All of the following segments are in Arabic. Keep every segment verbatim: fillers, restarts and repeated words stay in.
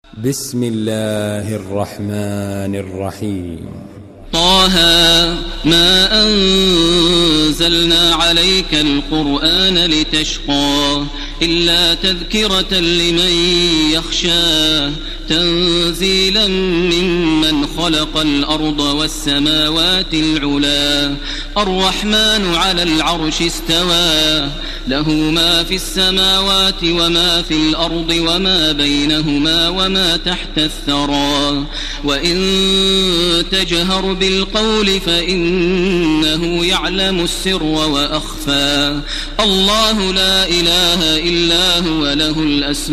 بسم الله الرحمن الرحيم. طه ما أنزلنا عليك القرآن لتشقى إلا تذكرة لمن يخشى تنزيلا ممن خلق الأرض والسماوات العلا الرحمن على العرش استوى له ما في السماوات وما في الأرض وما بينهما وما تحت الثرى وإن تجهر بالقول فإنه يعلم السر وأخفى الله لا إله إلا هو له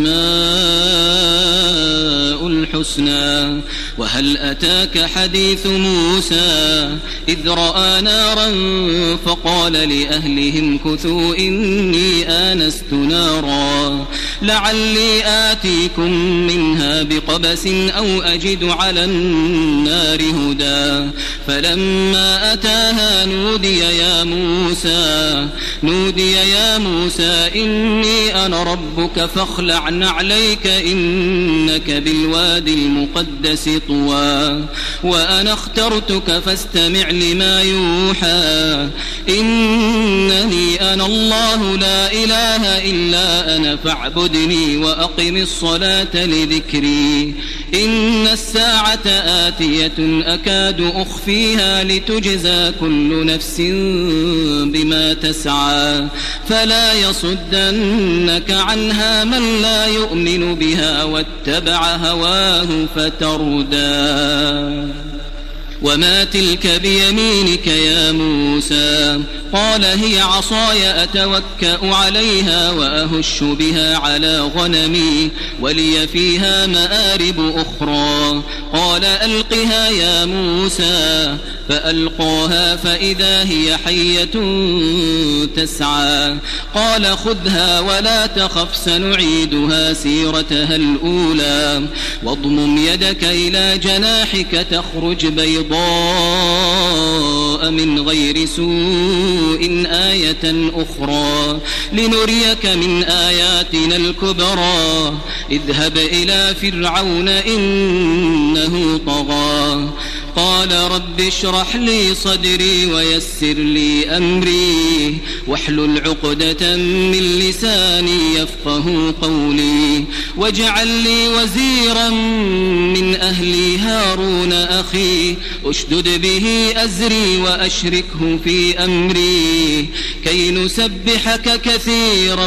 الأسماء الحسنى. وهل أتاك حديث موسى إذ رأى نارا فقال لأهلهم كثوا إني آنست نارا لعلي آتيكم منها بقبس أو أجد على النار هدى فلما أتاها نودي يا موسى نودي يا موسى إني أنا ربك فاخلع نعليك إنك بالوادي المقدس طوى وأنا اخترتك فاستمع لما يوحى إنني أنا الله لا إله إلا أنا فاعبدني وأقم الصلاة لذكري إن الساعة آتية أكاد أخفيها لتجزى كل نفس بما تسعى فلا يصدنك عنها من لا يؤمن بها واتبع هواه فتردى. وما تلك بيمينك يا موسى قال هي عصاي أتوكأ عليها وأهش بها على غنمي ولي فيها مآرب أخرى قال ألقها يا موسى فألقاها فإذا هي حية تسعى قال خذها ولا تخف سنعيدها سيرتها الأولى واضمم يدك إلى جناحك تخرج بيضاء من غير سوء آية أخرى لنريك من آياتنا الكبرى اذهب إلى فرعون إنه طغى قال رب اشرح لي صدري ويسر لي أمري واحلل عقدة من لساني يفقه قولي واجعل لي وزيرا من أهلي هارون أخي أشدد به أزري وأشركه في أمري كي نسبحك كثيرا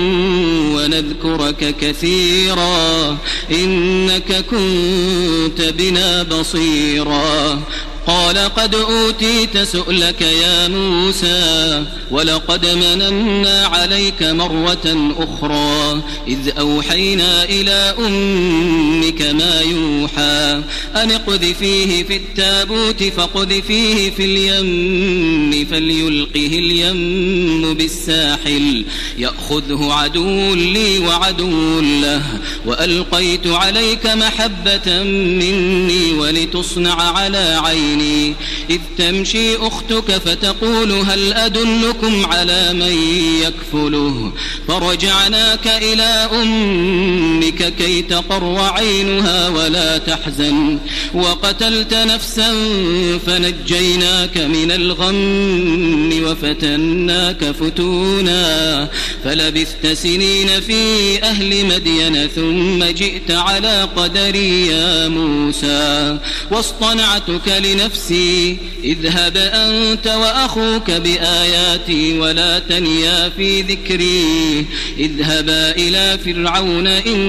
ونذكرك كثيرا إنك كنت بنا بصيرا قال قد أوتيت سؤلك يا موسى ولقد مننا عليك مرة أخرى إذ أوحينا إلى أمك ما يوحى أن اقذفيه في التابوت فاقذفيه في اليم فليلقه اليم بالساحل يأخذه عدو لي وعدو له وألقيت عليك محبة مني ولتصنع على عيني إذ تمشي أختك فتقول هل أدلكم على من يكفله فرجعناك إلى أمك كي تقر عينها ولا تحزن وقتلت نفسا فنجيناك من الغم وفتناك فتونا فلبثت سنين في أهل مدين ثم جئت على قدري يا موسى واصطنعتك لنفسي اذهب أنت وأخوك بآياتي ولا تنيا في ذكري اذهبا إلى فرعون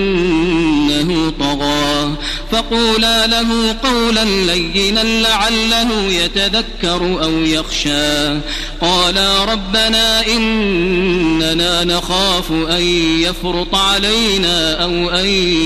إنه طغى فقولا له قولا لينا لعله يتذكر أو يخشى قالا ربنا إننا نخاف أن يفرط علينا أو أن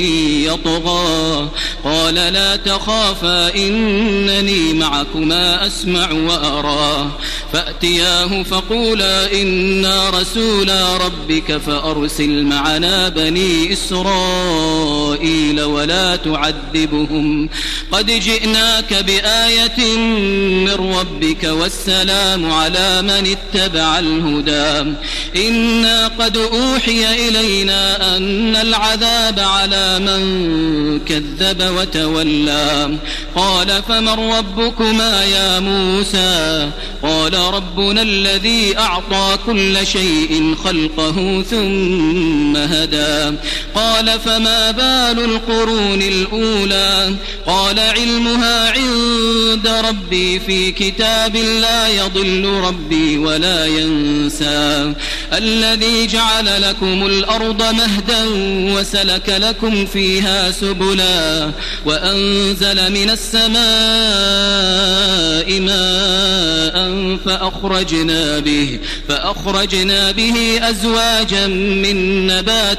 يطغى قال لا تخافا إنني معكما أسمع وأرى فأتياه فقولا إنا رسولا ربك فأرسل معنا بني إسرائيل ولا تعذبهم تعذبهم قد جئناك بآية من ربك والسلام على من اتبع الهدى إنا قد أوحي إلينا أن العذاب على من كذب وتولى قال فمن ربكما يا موسى قال ربنا الذي أعطى كل شيء خلقه ثم هدى قال فما بال القرون الأولى قال علمها عند ربي في كتاب لا يضل ربي ولا ينسى الذي جعل لكم الأرض مهدا وسلك لكم فيها سبلا وأنزل من السماء ماء فأخرجنا به فأخرجنا به أزواجا من نبات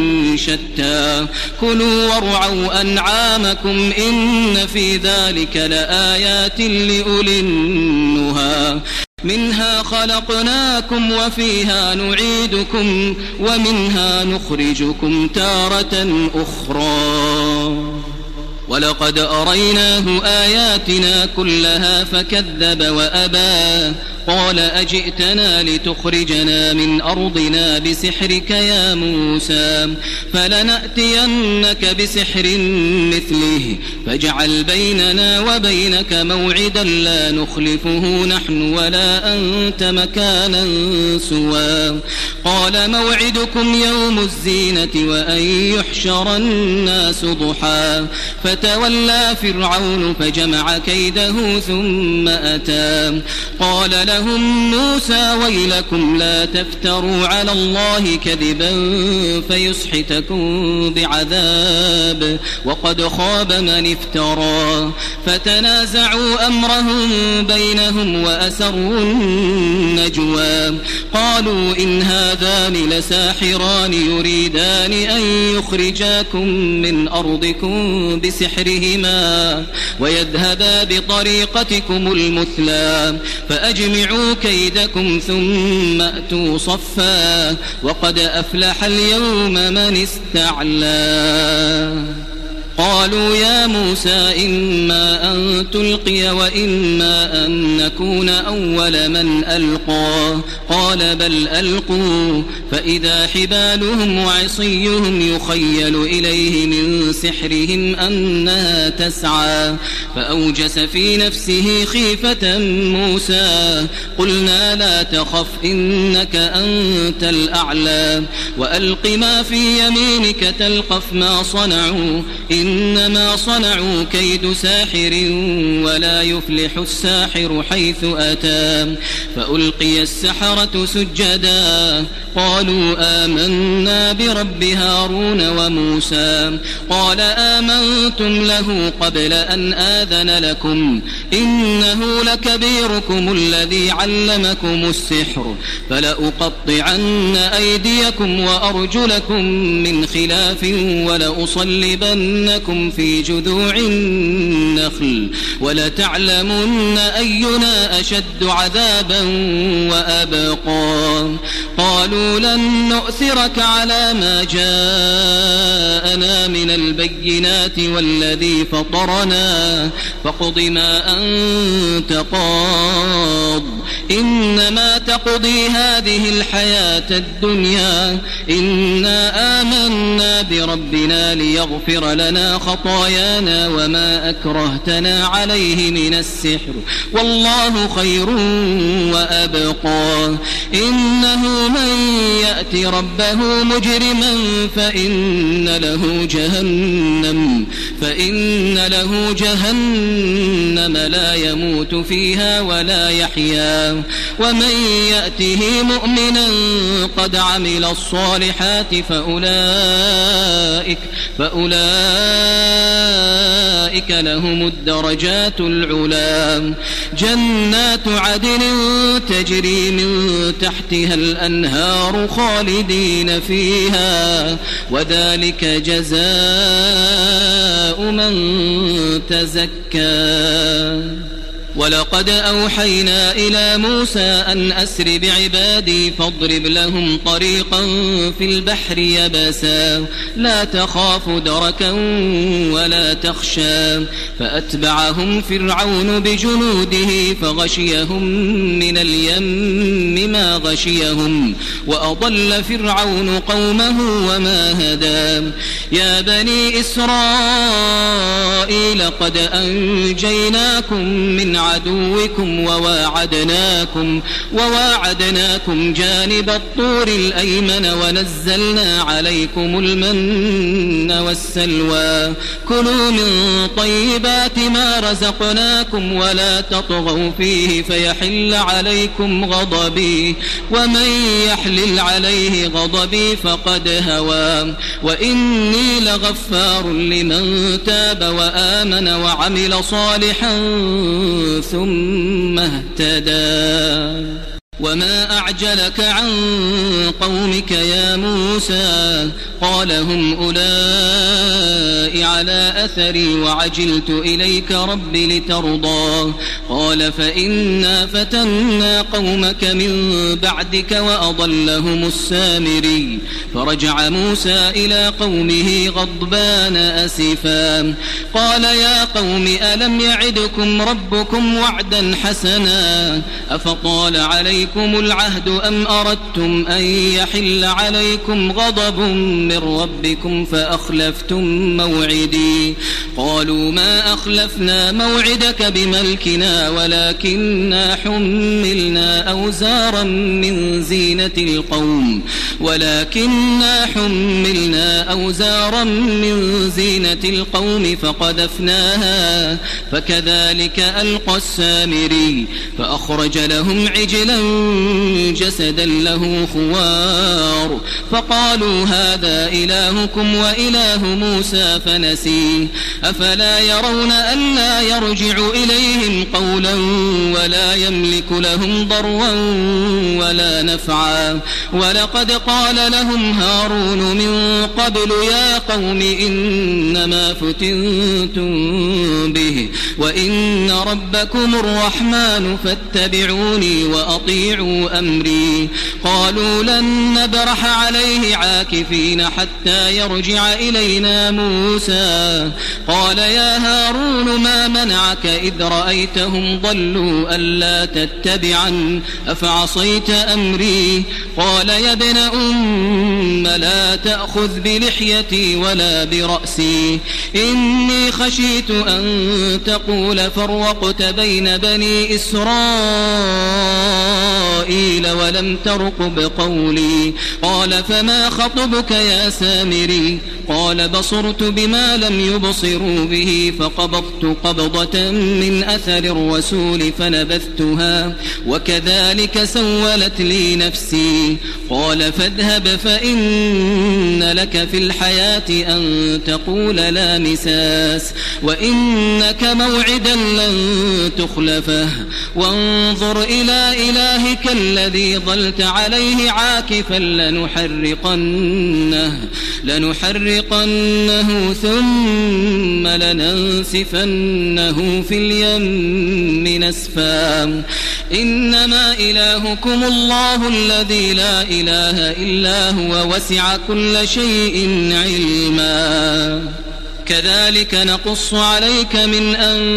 شتى كلوا وارعوا أنعامكم إن في ذلك لآيات لأولي النهى منها خلقناكم وفيها نعيدكم ومنها نخرجكم تارة أخرى ولقد أريناه آياتنا كلها فكذب وأبى قال أجئتنا لتخرجنا من أرضنا بسحرك يا موسى فلنأتينك بسحر مثله فاجعل بيننا وبينك موعدا لا نخلفه نحن ولا أنت مكانا سوى قال موعدكم يوم الزينة وأن يحشر الناس ضحى فتولى فرعون فجمع كيده ثم أتى قال لهم موسى ويلكم لا تفتروا على الله كذبا فيسحتكم بعذاب وقد خاب من افترى فتنازعوا أمرهم بينهم وأسروا النجوى قالوا إن هذان لساحران يريدان أن يخرجاكم من أرضكم بسحرهما ويذهبا بطريقتكم المثلى فأجمعوا كيدكم ثم أتوا صفا وقد أفلح اليوم من استعلى قالوا يا موسى إما أن تلقي وإما أن نكون أول من ألقى قال بل ألقوا فإذا حبالهم وعصيهم يخيل إليه من سحرهم أنها تسعى فأوجس في نفسه خيفة موسى قلنا لا تخف إنك أنت الأعلى وألق ما في يمينك تلقف ما صنعوا إنما صنعوا كيد ساحر ولا يفلح الساحر حيث أتى فألقي السحرة سجدا قالوا آمنا برب هارون وموسى قال آمنتم له قبل أن آذن لكم إنه لكبيركم الذي علمكم السحر فلأقطعن أيديكم وأرجلكم من خلاف ولأصلبنكم في جذوع النخل ولتعلمن أينا أشد عذابا وأبقى قالوا لن نؤثرك على ما جاءنا من البينات والذي فطرنا فاقض ما أنت قاض إنما تقضي هذه الحياة الدنيا إنا آمنا بربنا ليغفر لنا خطايانا وما أكرهتنا عليه من السحر والله خير وأبقى إنه من يأتي ربه مجرما فإن له جهنم فإن له جهنم لا يموت فيها ولا يحيا ومن يأته مؤمنا قد عمل الصالحات فأولئك فأولئك لهم الدرجات العلى جنات عدن تجري من تحتها الأنهار خالدين فيها وذلك جزاء من تزكى ولقد أوحينا إلى موسى أن أسر بعبادي فاضرب لهم طريقا في البحر يبسا لا تخاف دركا ولا تخشى فأتبعهم فرعون بجنوده فغشيهم من اليم ما غشيهم وأضل فرعون قومه وما هدى يا بني إسرائيل قد أنجيناكم من عدوكم وواعدناكم وواعدناكم جانب الطور الأيمن ونزلنا عليكم المن والسلوى كلوا من طيبات ما رزقناكم ولا تطغوا فيه فيحل عليكم غضبي ومن يحلل عليه غضبي فقد هوى وإني لغفار لمن تاب وآمن وعمل صالحا ثم اهتدى وما أعجلك عن قومك يا موسى قال هم أولئك على أثري وعجلت إليك رب لترضى قال فإنا فتنا قومك من بعدك وأضلهم السامري فرجع موسى إلى قومه غضبان أسفا قال يا قوم ألم يعدكم ربكم وعدا حسنا أفطال عليكم العهد أم أردتم أن يحل عليكم غضب من ربكم فأخلفتم موعدي قالوا ما أخلفنا موعدك بملكنا ولكننا حملنا أوزارا من زينة القوم ولكننا حملنا أوزارا من زينة القوم فقذفناها فكذلك ألقى السامري فأخرج لهم عجلا جسدا له خوار فقالوا هذا إلهكم وإله موسى فنسيه أفلا يرون ألا يرجع إليهم قولا ولا يملك لهم ضرا ولا نفعا ولقد قال لهم هارون من قبل يا قوم إنما فتنتم به وإن ربكم الرحمن فاتبعوني وأطيعوا أمري قالوا لن نبرح عليه عاكفين حتى يرجع إلينا موسى قال يا هارون ما منعك إذ رأيتهم ضلوا ألا تتبعا أفعصيت أمري قال يا ابن أم لا تأخذ بلحيتي ولا برأسي إني خشيت أن تقول فرقت بين بني إسرائيل ولم ترقب قولي قال فما خطبك يا سامري قال بصرت بما لم يبصروا به فقبضت قبضة من أثر الرسول فنبذتها وكذلك سولت لي نفسي قال فاذهب فإن لك في الحياة أن تقول لا مساس وإنك موعدا لن تخلفه وانظر إلى إلهك الذي ظلت عليه عاكفا لنحرقنه لنحرقنه ثم لننسفنه في اليم نسفا إنما إلهكم الله الذي لا إله إلا هو وسع كل شيء علما كذلك نقص عليك من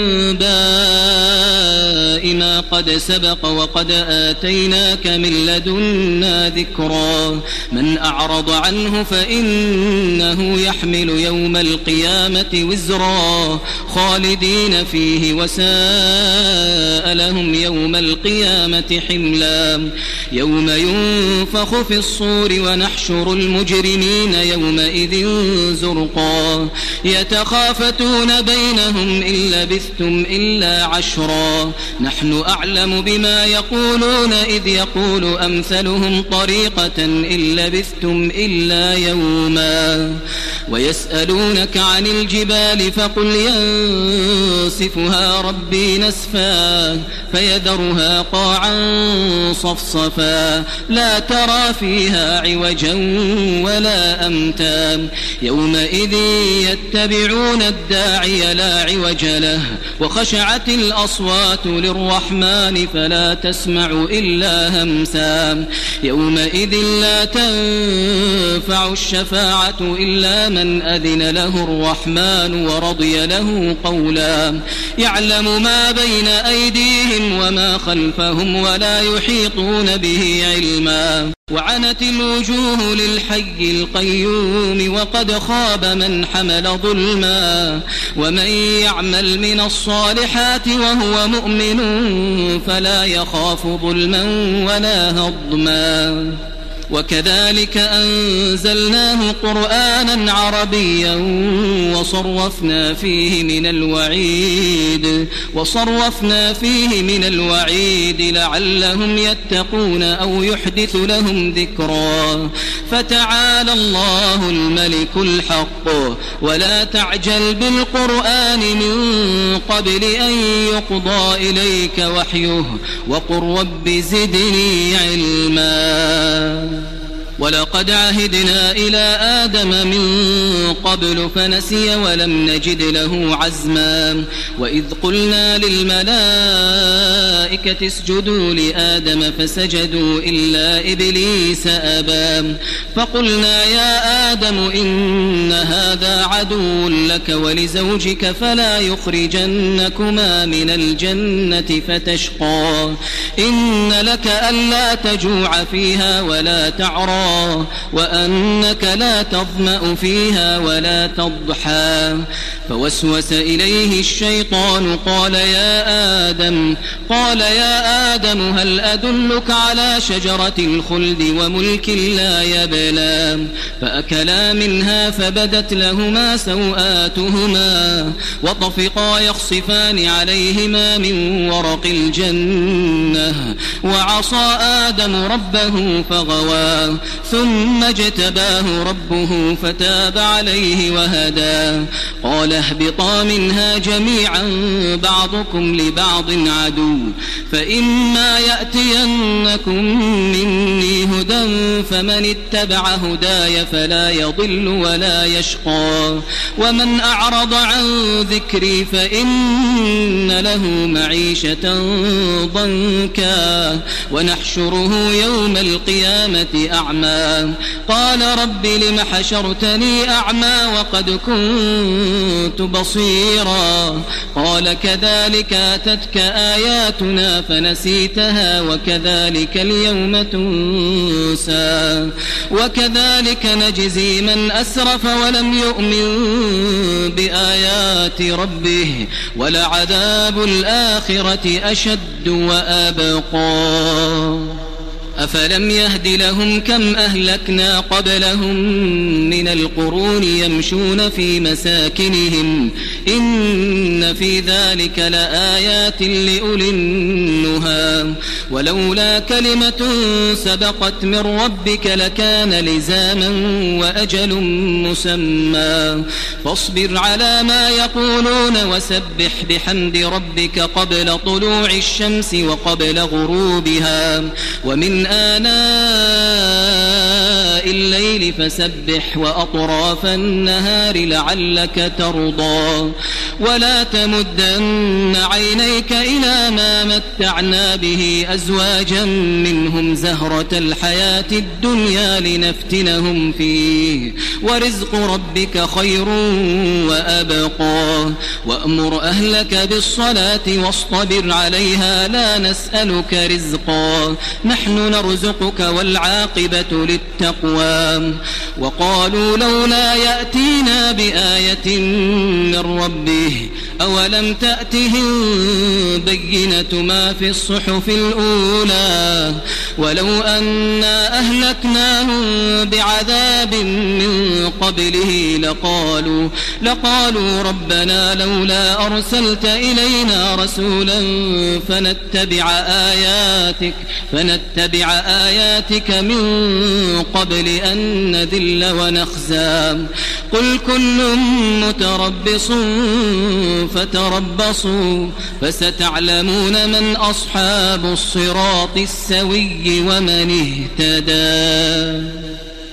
أنباء ما قد سبق وقد آتيناك من لدنا ذكرا من أعرض عنه فإنه يحمل يوم القيامة وزرا خالدين فيه وساء لهم يوم القيامة حملا يوم ينفخ في الصور ونحشر المجرمين يومئذ زرقا يتخافتون بينهم إن لبثتم إلا عشرا نحن أعلم بما يقولون إذ يقول أمثلهم طريقة إن لبثتم إلا يوما ويسألونك عن الجبال فقل ينسفها ربي نسفا فيذرها قاعا صفصفا لا ترى فيها عوجا ولا أمتا يومئذ يتبعون يتبعون الداعي لا عوج له وخشعت الأصوات للرحمن فلا تسمع إلا همسا يومئذ لا تنفع الشفاعة إلا من أذن له الرحمن ورضي له قولا يعلم ما بين أيديهم وما خلفهم ولا يحيطون به علما وعنت الوجوه للحي القيوم وقد خاب من حمل ظلما ومن يعمل من الصالحات وهو مؤمن فلا يخاف ظلما ولا هضما وكذلك أنزلناه قرآنا عربيا وصرفنا فيه من الوعيد وصرفنا فيه من الوعيد لعلهم يتقون أو يحدث لهم ذكرا فتعالى الله الملك الحق ولا تعجل بالقرآن من قبل أن يقضى إليك وحيه وقل رب زدني علما ولقد عهدنا إلى آدم من قبل فنسي ولم نجد له عزما وإذ قلنا للملائكة اسجدوا لآدم فسجدوا إلا إبليس أبى فقلنا يا آدم إن هذا عدو لك ولزوجك فلا يخرجنكما من الجنة فتشقى إن لك ألا تجوع فيها ولا تعرى وأنك لا تظمأ فيها ولا تضحى فوسوس إليه الشيطان قال يا آدم قال يا آدم هل أدلك على شجرة الخلد وملك لا يبلى فأكلا منها فبدت لهما سوآتهما وطفقا يخصفان عليهما من ورق الجنة وعصى آدم ربه فغوى ثم اجتباه ربه فتاب عليه وهدى قال اهبطا منها جميعا بعضكم لبعض عدو فإما يأتينكم مني هدى فمن اتبع هداي فلا يضل ولا يشقى ومن أعرض عن ذكري فإن له معيشة ضنكا ونحشره يوم القيامة أعمى قال رب لم حشرتني أعمى وقد كنت بصيرا قال كذلك أتتك آياتنا فنسيتها وكذلك اليوم تنسى وكذلك نجزي من أسرف ولم يؤمن بآيات ربه ولعذاب الآخرة أشد وأبقى أفلم يهد لهم كم أهلكنا قبلهم من القرون يمشون في مساكنهم إن في ذلك لآيات لأولي النهى ولولا كلمة سبقت من ربك لكان لزاما وأجل مسمى فاصبر على ما يقولون وسبح بحمد ربك قبل طلوع الشمس وقبل غروبها ومن آناء الليل فسبح وأطراف النهار لعلك ترضى ولا تمدن عينيك إلى ما متعنا به أزواجا منهم زهرة الحياة الدنيا لنفتنهم فيه ورزق ربك خير وأبقى وأمر أهلك بالصلاة واصطبر عليها لا نسألك رزقا نحن نرزقك والعاقبة للتقوى وقالوا لولا يأتينا بآية من ربه أولم تأتهم بينة ما في الصحف الأولى ولو أنا أهلكناهم بعذاب من قبله لقالوا لقالوا ربنا لولا أرسلت إلينا رسولا فنتبع آياتك فنتبع آياتك من قبل أن نذل ونخزى قل كل متربص فتربصوا فستعلمون من أصحاب الصراط السوي ومن اهتدى.